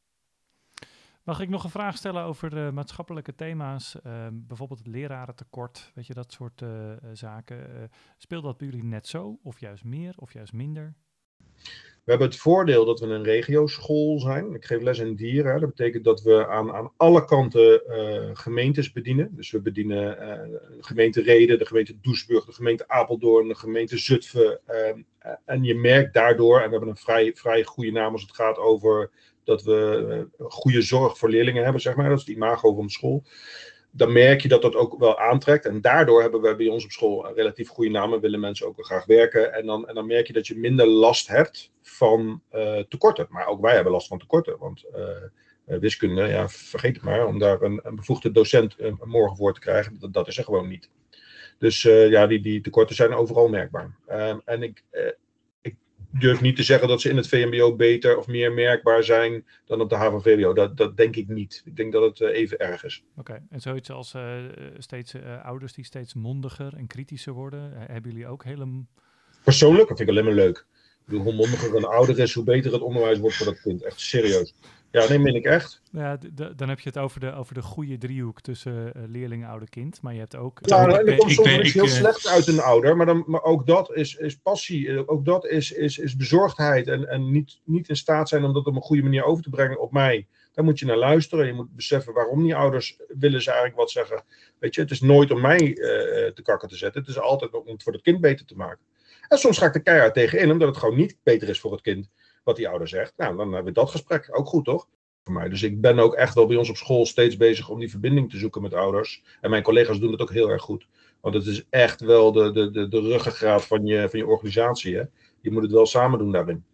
Mag ik nog een vraag stellen over maatschappelijke thema's? Bijvoorbeeld het lerarentekort, weet je, dat soort zaken. Speelt dat bij jullie net zo? Of juist meer? Of juist minder?
We hebben het voordeel dat we een regioschool zijn. Ik geef les in Dieren. Dat betekent dat we aan alle kanten gemeentes bedienen. Dus we bedienen de gemeente Rheden, de gemeente Doesburg, de gemeente Apeldoorn, de gemeente Zutphen. En je merkt daardoor, en we hebben een vrij goede naam als het gaat over dat we goede zorg voor leerlingen hebben, zeg maar. Dat is het imago van de school. Dan merk je dat dat ook wel aantrekt. En daardoor hebben we bij ons op school een relatief goede naam en willen mensen ook graag werken. En dan merk je dat je minder last hebt van tekorten. Maar ook wij hebben last van tekorten. Want wiskunde, vergeet het maar. Om daar een bevoegde docent morgen voor te krijgen, dat is er gewoon niet. Dus die tekorten zijn overal merkbaar. En ik durf niet te zeggen dat ze in het VMBO beter of meer merkbaar zijn dan op de HAVO-VWO. Dat denk ik niet. Ik denk dat het even erg is.
Oké. En zoiets als steeds ouders die steeds mondiger en kritischer worden. Hebben jullie ook
Persoonlijk, dat vind ik alleen maar leuk. Ik bedoel, hoe mondiger een ouder is, hoe beter het onderwijs wordt voor dat kind. Echt serieus. Ja, nee, meen ik echt.
Ja, dan heb je het over de goede driehoek tussen leerling, ouder, kind. Maar je hebt ook...
Ja, er komt soms iets heel slecht uit een ouder. Maar ook dat is passie. Ook dat is bezorgdheid. En niet in staat zijn om dat op een goede manier over te brengen op mij. Daar moet je naar luisteren. Je moet beseffen waarom die ouders willen ze eigenlijk wat zeggen. Weet je, het is nooit om mij te kakken te zetten. Het is altijd om het voor het kind beter te maken. En soms ga ik er keihard tegen in, omdat het gewoon niet beter is voor het kind wat die ouder zegt. Nou, dan hebben we dat gesprek. Ook goed, toch? Voor mij. Dus ik ben ook echt wel bij ons op school steeds bezig om die verbinding te zoeken met ouders. En mijn collega's doen het ook heel erg goed. Want het is echt wel de ruggengraat van je organisatie. Hè? Je moet het wel samen doen daarin.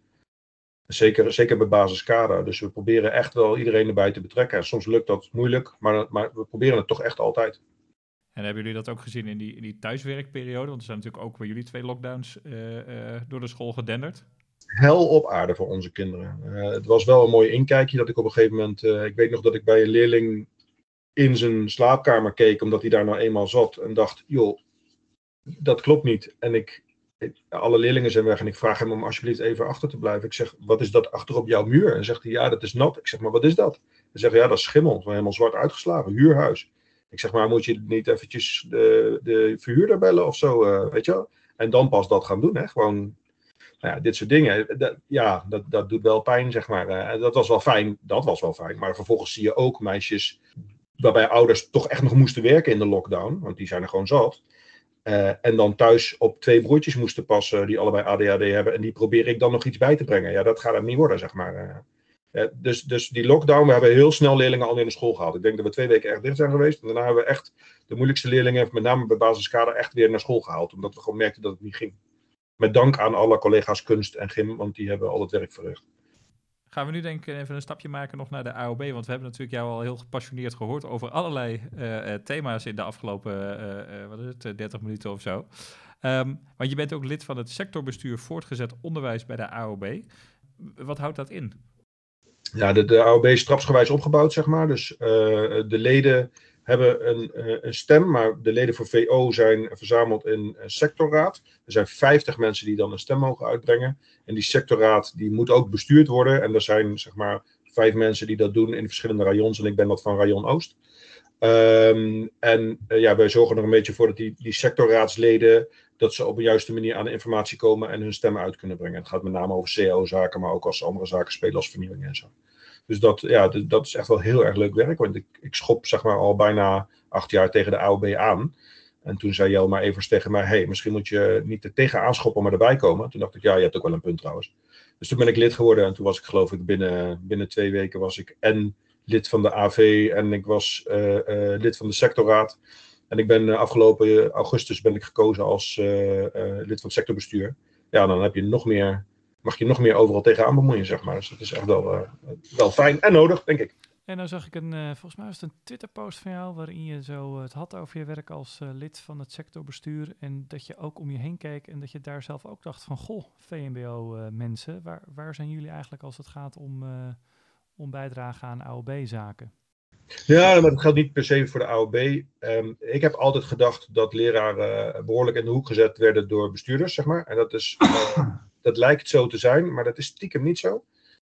Zeker bij basiskader. Dus we proberen echt wel iedereen erbij te betrekken. En soms lukt dat moeilijk, maar we proberen het toch echt altijd.
En hebben jullie dat ook gezien in die thuiswerkperiode? Want er zijn natuurlijk ook bij jullie 2 lockdowns door de school gedenderd.
Hel op aarde voor onze kinderen. Het was wel een mooi inkijkje dat ik op een gegeven moment... ik weet nog dat ik bij een leerling in zijn slaapkamer keek, omdat hij daar nou eenmaal zat. En dacht, joh, dat klopt niet. En alle leerlingen zijn weg en ik vraag hem om alsjeblieft even achter te blijven. Ik zeg, wat is dat achter op jouw muur? En zegt hij, ja, dat is nat. Ik zeg, maar wat is dat? Hij zegt, ja, dat is schimmel. Helemaal zwart uitgeslagen, huurhuis. Ik zeg, maar moet je niet eventjes de verhuurder bellen of zo, weet je wel? En dan pas dat gaan doen, hè? Gewoon, nou ja, dit soort dingen. Dat doet wel pijn, zeg maar. Dat was wel fijn. Maar vervolgens zie je ook meisjes waarbij ouders toch echt nog moesten werken in de lockdown. Want die zijn er gewoon zat. En dan thuis op 2 broertjes moesten passen die allebei ADHD hebben. En die probeer ik dan nog iets bij te brengen. Ja, dat gaat het niet worden, zeg maar. Dus die lockdown, we hebben heel snel leerlingen al in de school gehaald. Ik denk dat we 2 weken echt dicht zijn geweest. En daarna hebben we echt de moeilijkste leerlingen, met name bij basiskader, echt weer naar school gehaald. Omdat we gewoon merkten dat het niet ging. Met dank aan alle collega's kunst en gym, want die hebben al het werk verricht.
Gaan we nu denk ik even een stapje maken nog naar de AOB. Want we hebben natuurlijk jou al heel gepassioneerd gehoord over allerlei thema's in de afgelopen 30 minuten of zo. Want je bent ook lid van het sectorbestuur voortgezet onderwijs bij de AOB. Wat houdt dat in?
Ja, de AOB is trapsgewijs opgebouwd, zeg maar. Dus de leden hebben een stem, maar de leden voor VO zijn verzameld in een sectorraad. Er zijn 50 mensen die dan een stem mogen uitbrengen. En die sectorraad die moet ook bestuurd worden. En er zijn zeg maar 5 mensen die dat doen in verschillende rayons. En ik ben dat van rayon Oost. Wij zorgen er een beetje voor dat die sectorraadsleden, dat ze op een juiste manier aan de informatie komen en hun stemmen uit kunnen brengen. Het gaat met name over CAO-zaken, maar ook als andere zaken spelen als vernieuwing en zo. Dus dat is echt wel heel erg leuk werk. Want ik schop zeg maar al bijna 8 jaar tegen de AOB aan. En toen zei Jelma Evers tegen mij, hey, misschien moet je niet er tegenaan schoppen, maar erbij komen. Toen dacht ik, ja, je hebt ook wel een punt trouwens. Dus toen ben ik lid geworden en toen was ik geloof ik binnen 2 weken was ik en lid van de AV en ik was lid van de sectorraad. En ik ben afgelopen augustus ben ik gekozen als lid van het sectorbestuur. Ja, dan heb je mag je nog meer overal tegenaan bemoeien, zeg maar. Dus dat is echt wel fijn en nodig, denk ik.
En dan zag ik volgens mij was het een Twitter-post van jou, waarin je zo het had over je werk als lid van het sectorbestuur. En dat je ook om je heen keek en dat je daar zelf ook dacht van, goh, VMBO-mensen, waar zijn jullie eigenlijk als het gaat om bijdrage aan AOB-zaken?
Ja, maar dat geldt niet per se voor de AOB. Ik heb altijd gedacht dat leraren behoorlijk in de hoek gezet werden door bestuurders, zeg maar. En dat lijkt zo te zijn, maar dat is stiekem niet zo.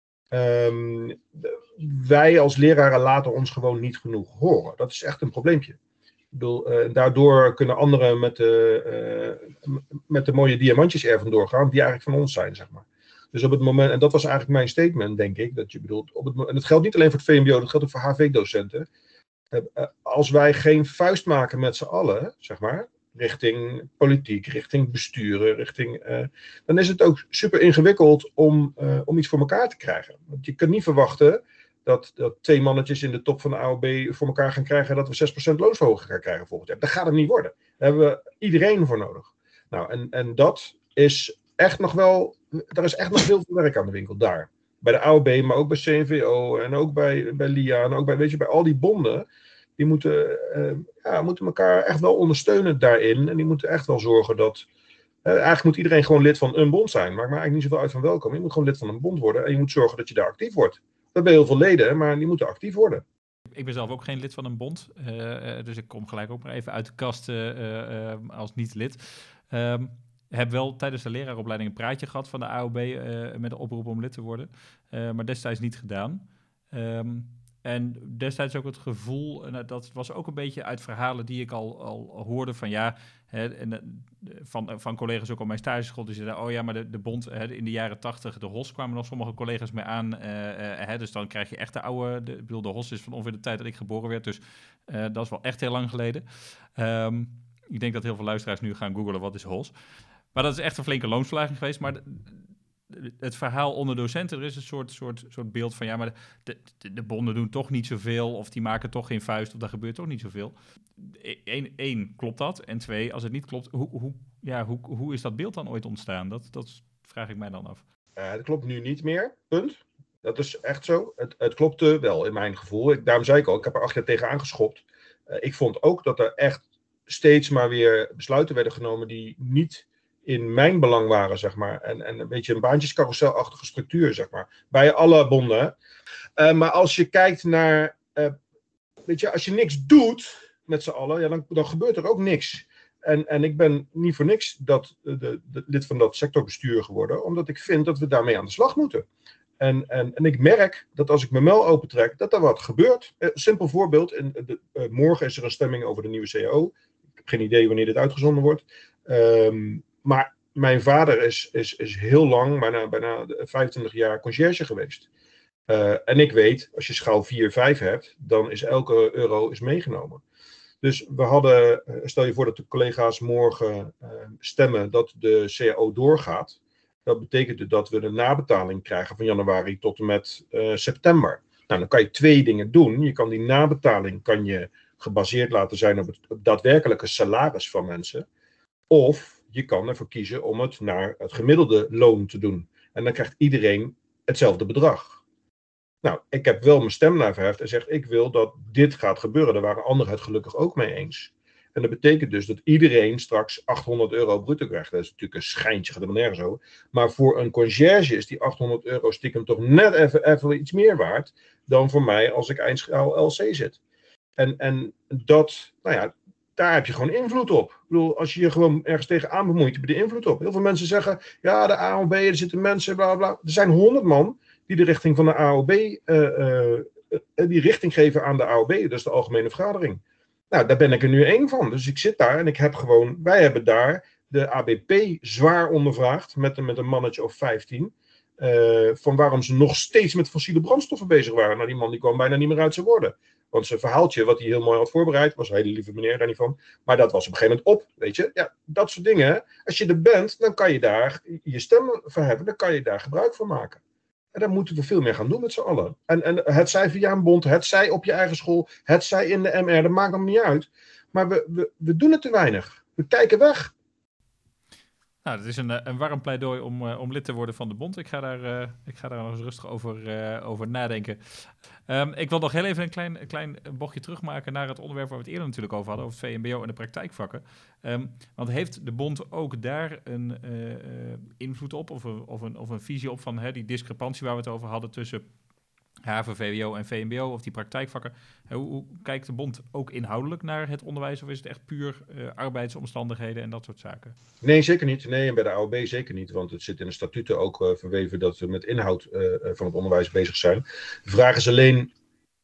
Wij als leraren laten ons gewoon niet genoeg horen. Dat is echt een probleempje. Ik bedoel, daardoor kunnen anderen met de mooie diamantjes er vandoor gaan, die eigenlijk van ons zijn, zeg maar. Dus op het moment, en dat was eigenlijk mijn statement, denk ik, dat je bedoelt, en dat geldt niet alleen voor het VMBO, dat geldt ook voor HV-docenten. Als wij geen vuist maken met z'n allen, zeg maar, richting politiek, richting besturen, dan is het ook super ingewikkeld om iets voor elkaar te krijgen. Want je kunt niet verwachten dat 2 mannetjes in de top van de AOB voor elkaar gaan krijgen dat we 6% loonsverhoging gaan krijgen volgend jaar. Dat gaat het niet worden. Daar hebben we iedereen voor nodig. Nou, en dat is echt nog wel, er is echt nog heel veel werk aan de winkel daar. Bij de AOB, maar ook bij CNVO en ook bij LIA en ook bij al die bonden. Die moeten elkaar echt wel ondersteunen daarin. En die moeten echt wel zorgen dat, eigenlijk moet iedereen gewoon lid van een bond zijn. Maakt me eigenlijk niet zoveel uit van welkom. Je moet gewoon lid van een bond worden en je moet zorgen dat je daar actief wordt. We hebben heel veel leden, maar die moeten actief worden.
Ik ben zelf ook geen lid van een bond. Dus ik kom gelijk ook maar even uit de kast als niet-lid. Heb wel tijdens de leraaropleiding een praatje gehad van de AOB met de oproep om lid te worden. Maar destijds niet gedaan. En destijds ook het gevoel, en dat was ook een beetje uit verhalen die ik al hoorde van ja, van collega's ook op mijn stageschool, die zeiden, oh ja, maar de bond in de jaren 80, de HOS kwamen nog sommige collega's mee aan. Dus dan krijg je echt de oude, de HOS is van ongeveer de tijd dat ik geboren werd, dus dat is wel echt heel lang geleden. Ik denk dat heel veel luisteraars nu gaan googlen, wat is HOS? Maar dat is echt een flinke loonsverlaging geweest. Maar het verhaal onder docenten, er is een soort beeld van... ja, maar de bonden doen toch niet zoveel... of die maken toch geen vuist... of daar gebeurt toch niet zoveel. Eén, klopt dat? En 2, als het niet klopt... hoe is dat beeld dan ooit ontstaan? Dat vraag ik mij dan af.
Dat klopt nu niet meer, punt. Dat is echt zo. Het klopte wel in mijn gevoel. Daarom zei ik al, ik heb er 8 jaar tegen aangeschopt. Ik vond ook dat er echt steeds maar weer besluiten werden genomen... die niet in mijn belang waren, zeg maar. En een beetje een baantjescarouselachtige structuur, zeg maar. Bij alle bonden. Maar als je kijkt naar... als je niks doet met z'n allen... Ja, dan gebeurt er ook niks. En ik ben niet voor niks de lid van dat sectorbestuur geworden, omdat ik vind dat we daarmee aan de slag moeten. En ik merk dat als ik mijn mail opentrek, dat er wat gebeurt. Simpel voorbeeld, morgen is er een stemming over de nieuwe CAO. Ik heb geen idee wanneer dit uitgezonden wordt. Maar mijn vader is heel lang, bijna 25 jaar conciërge geweest. En ik weet, als je schaal 4, 5 hebt, dan is elke euro meegenomen. Dus we hadden, stel je voor dat de collega's morgen stemmen dat de CAO doorgaat. Dat betekent dat we de nabetaling krijgen van januari tot en met september. Nou, dan kan je 2 dingen doen. Je kan die nabetaling gebaseerd laten zijn op het daadwerkelijke salaris van mensen. Of je kan ervoor kiezen om het naar het gemiddelde loon te doen. En dan krijgt iedereen hetzelfde bedrag. Nou, ik heb wel mijn stem naar verheft en zeg ik wil dat dit gaat gebeuren. Daar waren anderen het gelukkig ook mee eens. En dat betekent dus dat iedereen straks €800 bruto krijgt. Dat is natuurlijk een schijntje, gaat helemaal nergens over. Maar voor een conciërge is die €800 stiekem toch net even iets meer waard dan voor mij als ik eindschaal LC zit. En dat, nou ja, daar heb je gewoon invloed op. Ik bedoel, als je je gewoon ergens tegenaan bemoeit, heb je de invloed op. Heel veel mensen zeggen, ja, de AOB, er zitten mensen, bla bla. Er zijn 100 man die de richting van de AOB, die richting geven aan de AOB, dat is de Algemene Vergadering. Nou, daar ben ik er nu 1 van. Dus ik zit daar en wij hebben daar de ABP zwaar ondervraagd, met een mannetje of 15, van waarom ze nog steeds met fossiele brandstoffen bezig waren. Nou, die man die kwam bijna niet meer uit zijn woorden. Want zijn verhaaltje, wat hij heel mooi had voorbereid, was een hele lieve meneer daar niet van. Maar dat was op een gegeven moment op, weet je. Ja, dat soort dingen. Als je er bent, dan kan je daar je stem verheffen, dan kan je daar gebruik van maken. En daar moeten we veel meer gaan doen met z'n allen. En het zij via een bond, het zij op je eigen school, het zij in de MR, dat maakt allemaal niet uit. Maar we doen het te weinig. We kijken weg.
Nou, dat is een warm pleidooi om lid te worden van de bond. Ik ga daar nog eens rustig over nadenken. Ik wil nog heel even een klein bochtje terugmaken naar het onderwerp waar we het eerder natuurlijk over hadden, over het VMBO en de praktijkvakken. Want heeft de bond ook daar een invloed op of een visie op van die discrepantie waar we het over hadden tussen HAVO, VWO en VMBO of die praktijkvakken? Hoe kijkt de bond ook inhoudelijk naar het onderwijs of is het echt puur arbeidsomstandigheden en dat soort zaken?
Nee, zeker niet. Nee, en bij de AOB zeker niet, want het zit in de statuten ook verweven dat we met inhoud van het onderwijs bezig zijn. De vraag is alleen,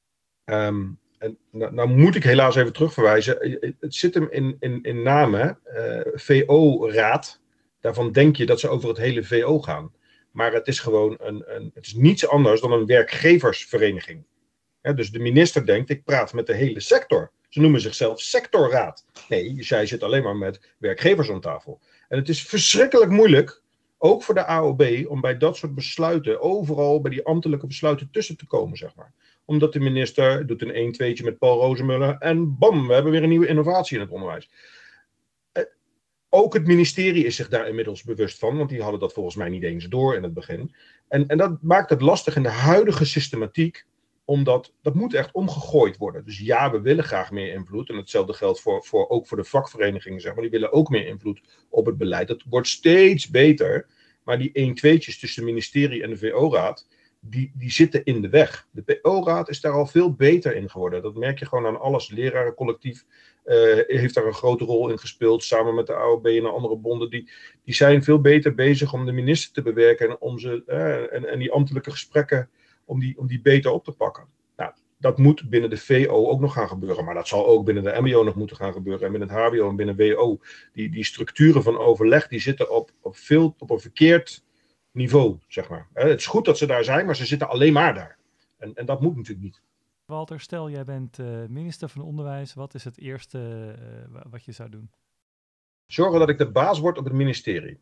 nou moet ik helaas even terugverwijzen, het zit hem in namen, VO-raad. Daarvan denk je dat ze over het hele VO gaan. Maar het is gewoon het is niets anders dan een werkgeversvereniging. Dus de minister denkt, ik praat met de hele sector. Ze noemen zichzelf sectorraad. Nee, zij zit alleen maar met werkgevers aan tafel. En het is verschrikkelijk moeilijk, ook voor de AOB, om bij dat soort besluiten, overal bij die ambtelijke besluiten tussen te komen, zeg maar. Omdat de minister doet een 1-2'tje met Paul Rozemuller en bam, we hebben weer een nieuwe innovatie in het onderwijs. Ook het ministerie is zich daar inmiddels bewust van, want die hadden dat volgens mij niet eens door in het begin. En dat maakt het lastig in de huidige systematiek, omdat dat moet echt omgegooid worden. Dus ja, we willen graag meer invloed. En hetzelfde geldt ook voor de vakverenigingen, zeg maar. Die willen ook meer invloed op het beleid. Dat wordt steeds beter. Maar die 1-2'tjes tussen het ministerie en de VO-raad, die zitten in de weg. De PO-raad is daar al veel beter in geworden. Dat merk je gewoon aan alles. Lerarencollectief heeft daar een grote rol in gespeeld. Samen met de AOB en de andere bonden. Die zijn veel beter bezig om de minister te bewerken. En die ambtelijke gesprekken om die beter op te pakken. Nou, dat moet binnen de VO ook nog gaan gebeuren. Maar dat zal ook binnen de MBO nog moeten gaan gebeuren. En binnen het HBO en binnen WO. Die structuren van overleg die zitten op een verkeerd niveau, zeg maar. Het is goed dat ze daar zijn, maar ze zitten alleen maar daar. En dat moet natuurlijk niet.
Walter, stel jij bent minister van Onderwijs. Wat is het eerste wat je zou doen?
Zorgen dat ik de baas word op het ministerie.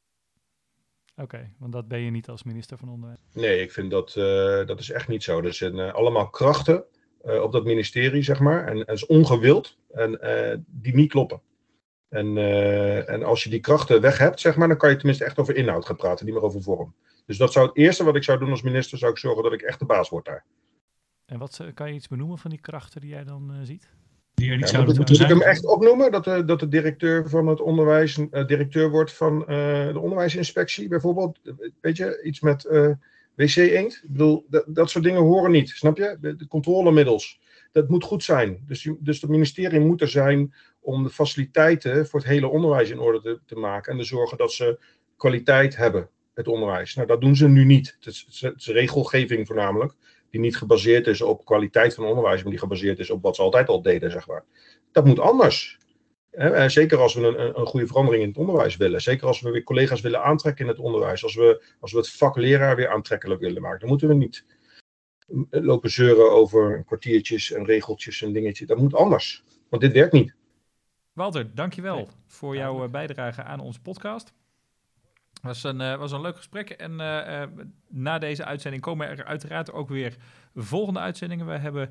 Oké, want dat ben je niet als minister van Onderwijs.
Nee, ik vind dat is echt niet zo. Er zijn allemaal krachten op dat ministerie, zeg maar. En is ongewild en die niet kloppen. En als je die krachten weg hebt, zeg maar, dan kan je tenminste echt over inhoud gaan praten, niet meer over vorm. Dus dat zou het eerste wat ik zou doen als minister, zou ik zorgen dat ik echt de baas word daar.
En kan je iets benoemen van die krachten die jij dan ziet?
Die er niet
Ja,
zouden
moet
moeten
ik hem
zijn.
echt opnoemen? Dat de directeur van het onderwijs directeur wordt van de onderwijsinspectie bijvoorbeeld? Weet je, iets met wc-eend? Ik bedoel, dat soort dingen horen niet, snap je? De controlemiddels. Dat moet goed zijn. Dus het ministerie moet er zijn om de faciliteiten voor het hele onderwijs in orde te maken. En te zorgen dat ze kwaliteit hebben, het onderwijs. Nou, dat doen ze nu niet. Het is regelgeving voornamelijk. Die niet gebaseerd is op kwaliteit van onderwijs, maar die gebaseerd is op wat ze altijd al deden, zeg maar. Dat moet anders. Zeker als we een goede verandering in het onderwijs willen. Zeker als we weer collega's willen aantrekken in het onderwijs. Als we het vak leraar weer aantrekkelijk willen maken. Dan moeten we niet lopen zeuren over kwartiertjes en regeltjes en dingetjes. Dat moet anders. Want dit werkt niet.
Walter, dankjewel voor jouw bijdrage aan onze podcast. Was een leuk gesprek en na deze uitzending komen er uiteraard ook weer volgende uitzendingen. We hebben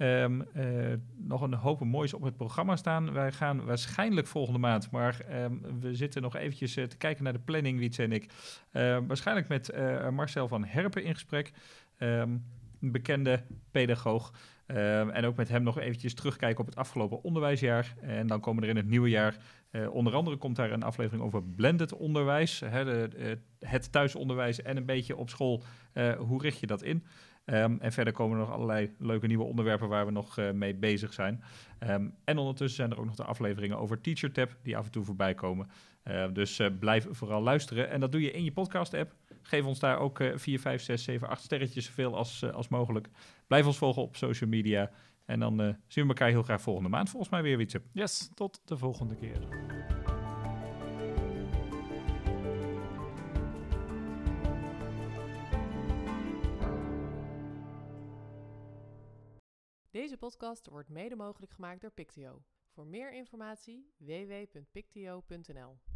nog een hoop moois op het programma staan. Wij gaan waarschijnlijk volgende maand, maar we zitten nog eventjes te kijken naar de planning, Wietse en ik. Waarschijnlijk met Marcel van Herpen in gesprek, een bekende pedagoog. En ook met hem nog eventjes terugkijken op het afgelopen onderwijsjaar. En dan komen er in het nieuwe jaar, onder andere komt daar een aflevering over blended onderwijs. Het thuisonderwijs en een beetje op school. Hoe richt je dat in? En verder komen er nog allerlei leuke nieuwe onderwerpen waar we nog mee bezig zijn. En ondertussen zijn er ook nog de afleveringen over TeacherTap die af en toe voorbij komen. Dus blijf vooral luisteren. En dat doe je in je podcast-app. Geef ons daar ook 4, 5, 6, 7, 8 sterretjes, zoveel als mogelijk. Blijf ons volgen op social media. En dan zien we elkaar heel graag volgende maand volgens mij weer, Wietse.
Yes, tot de volgende keer.
Deze podcast wordt mede mogelijk gemaakt door Pictio. Voor meer informatie www.pictio.nl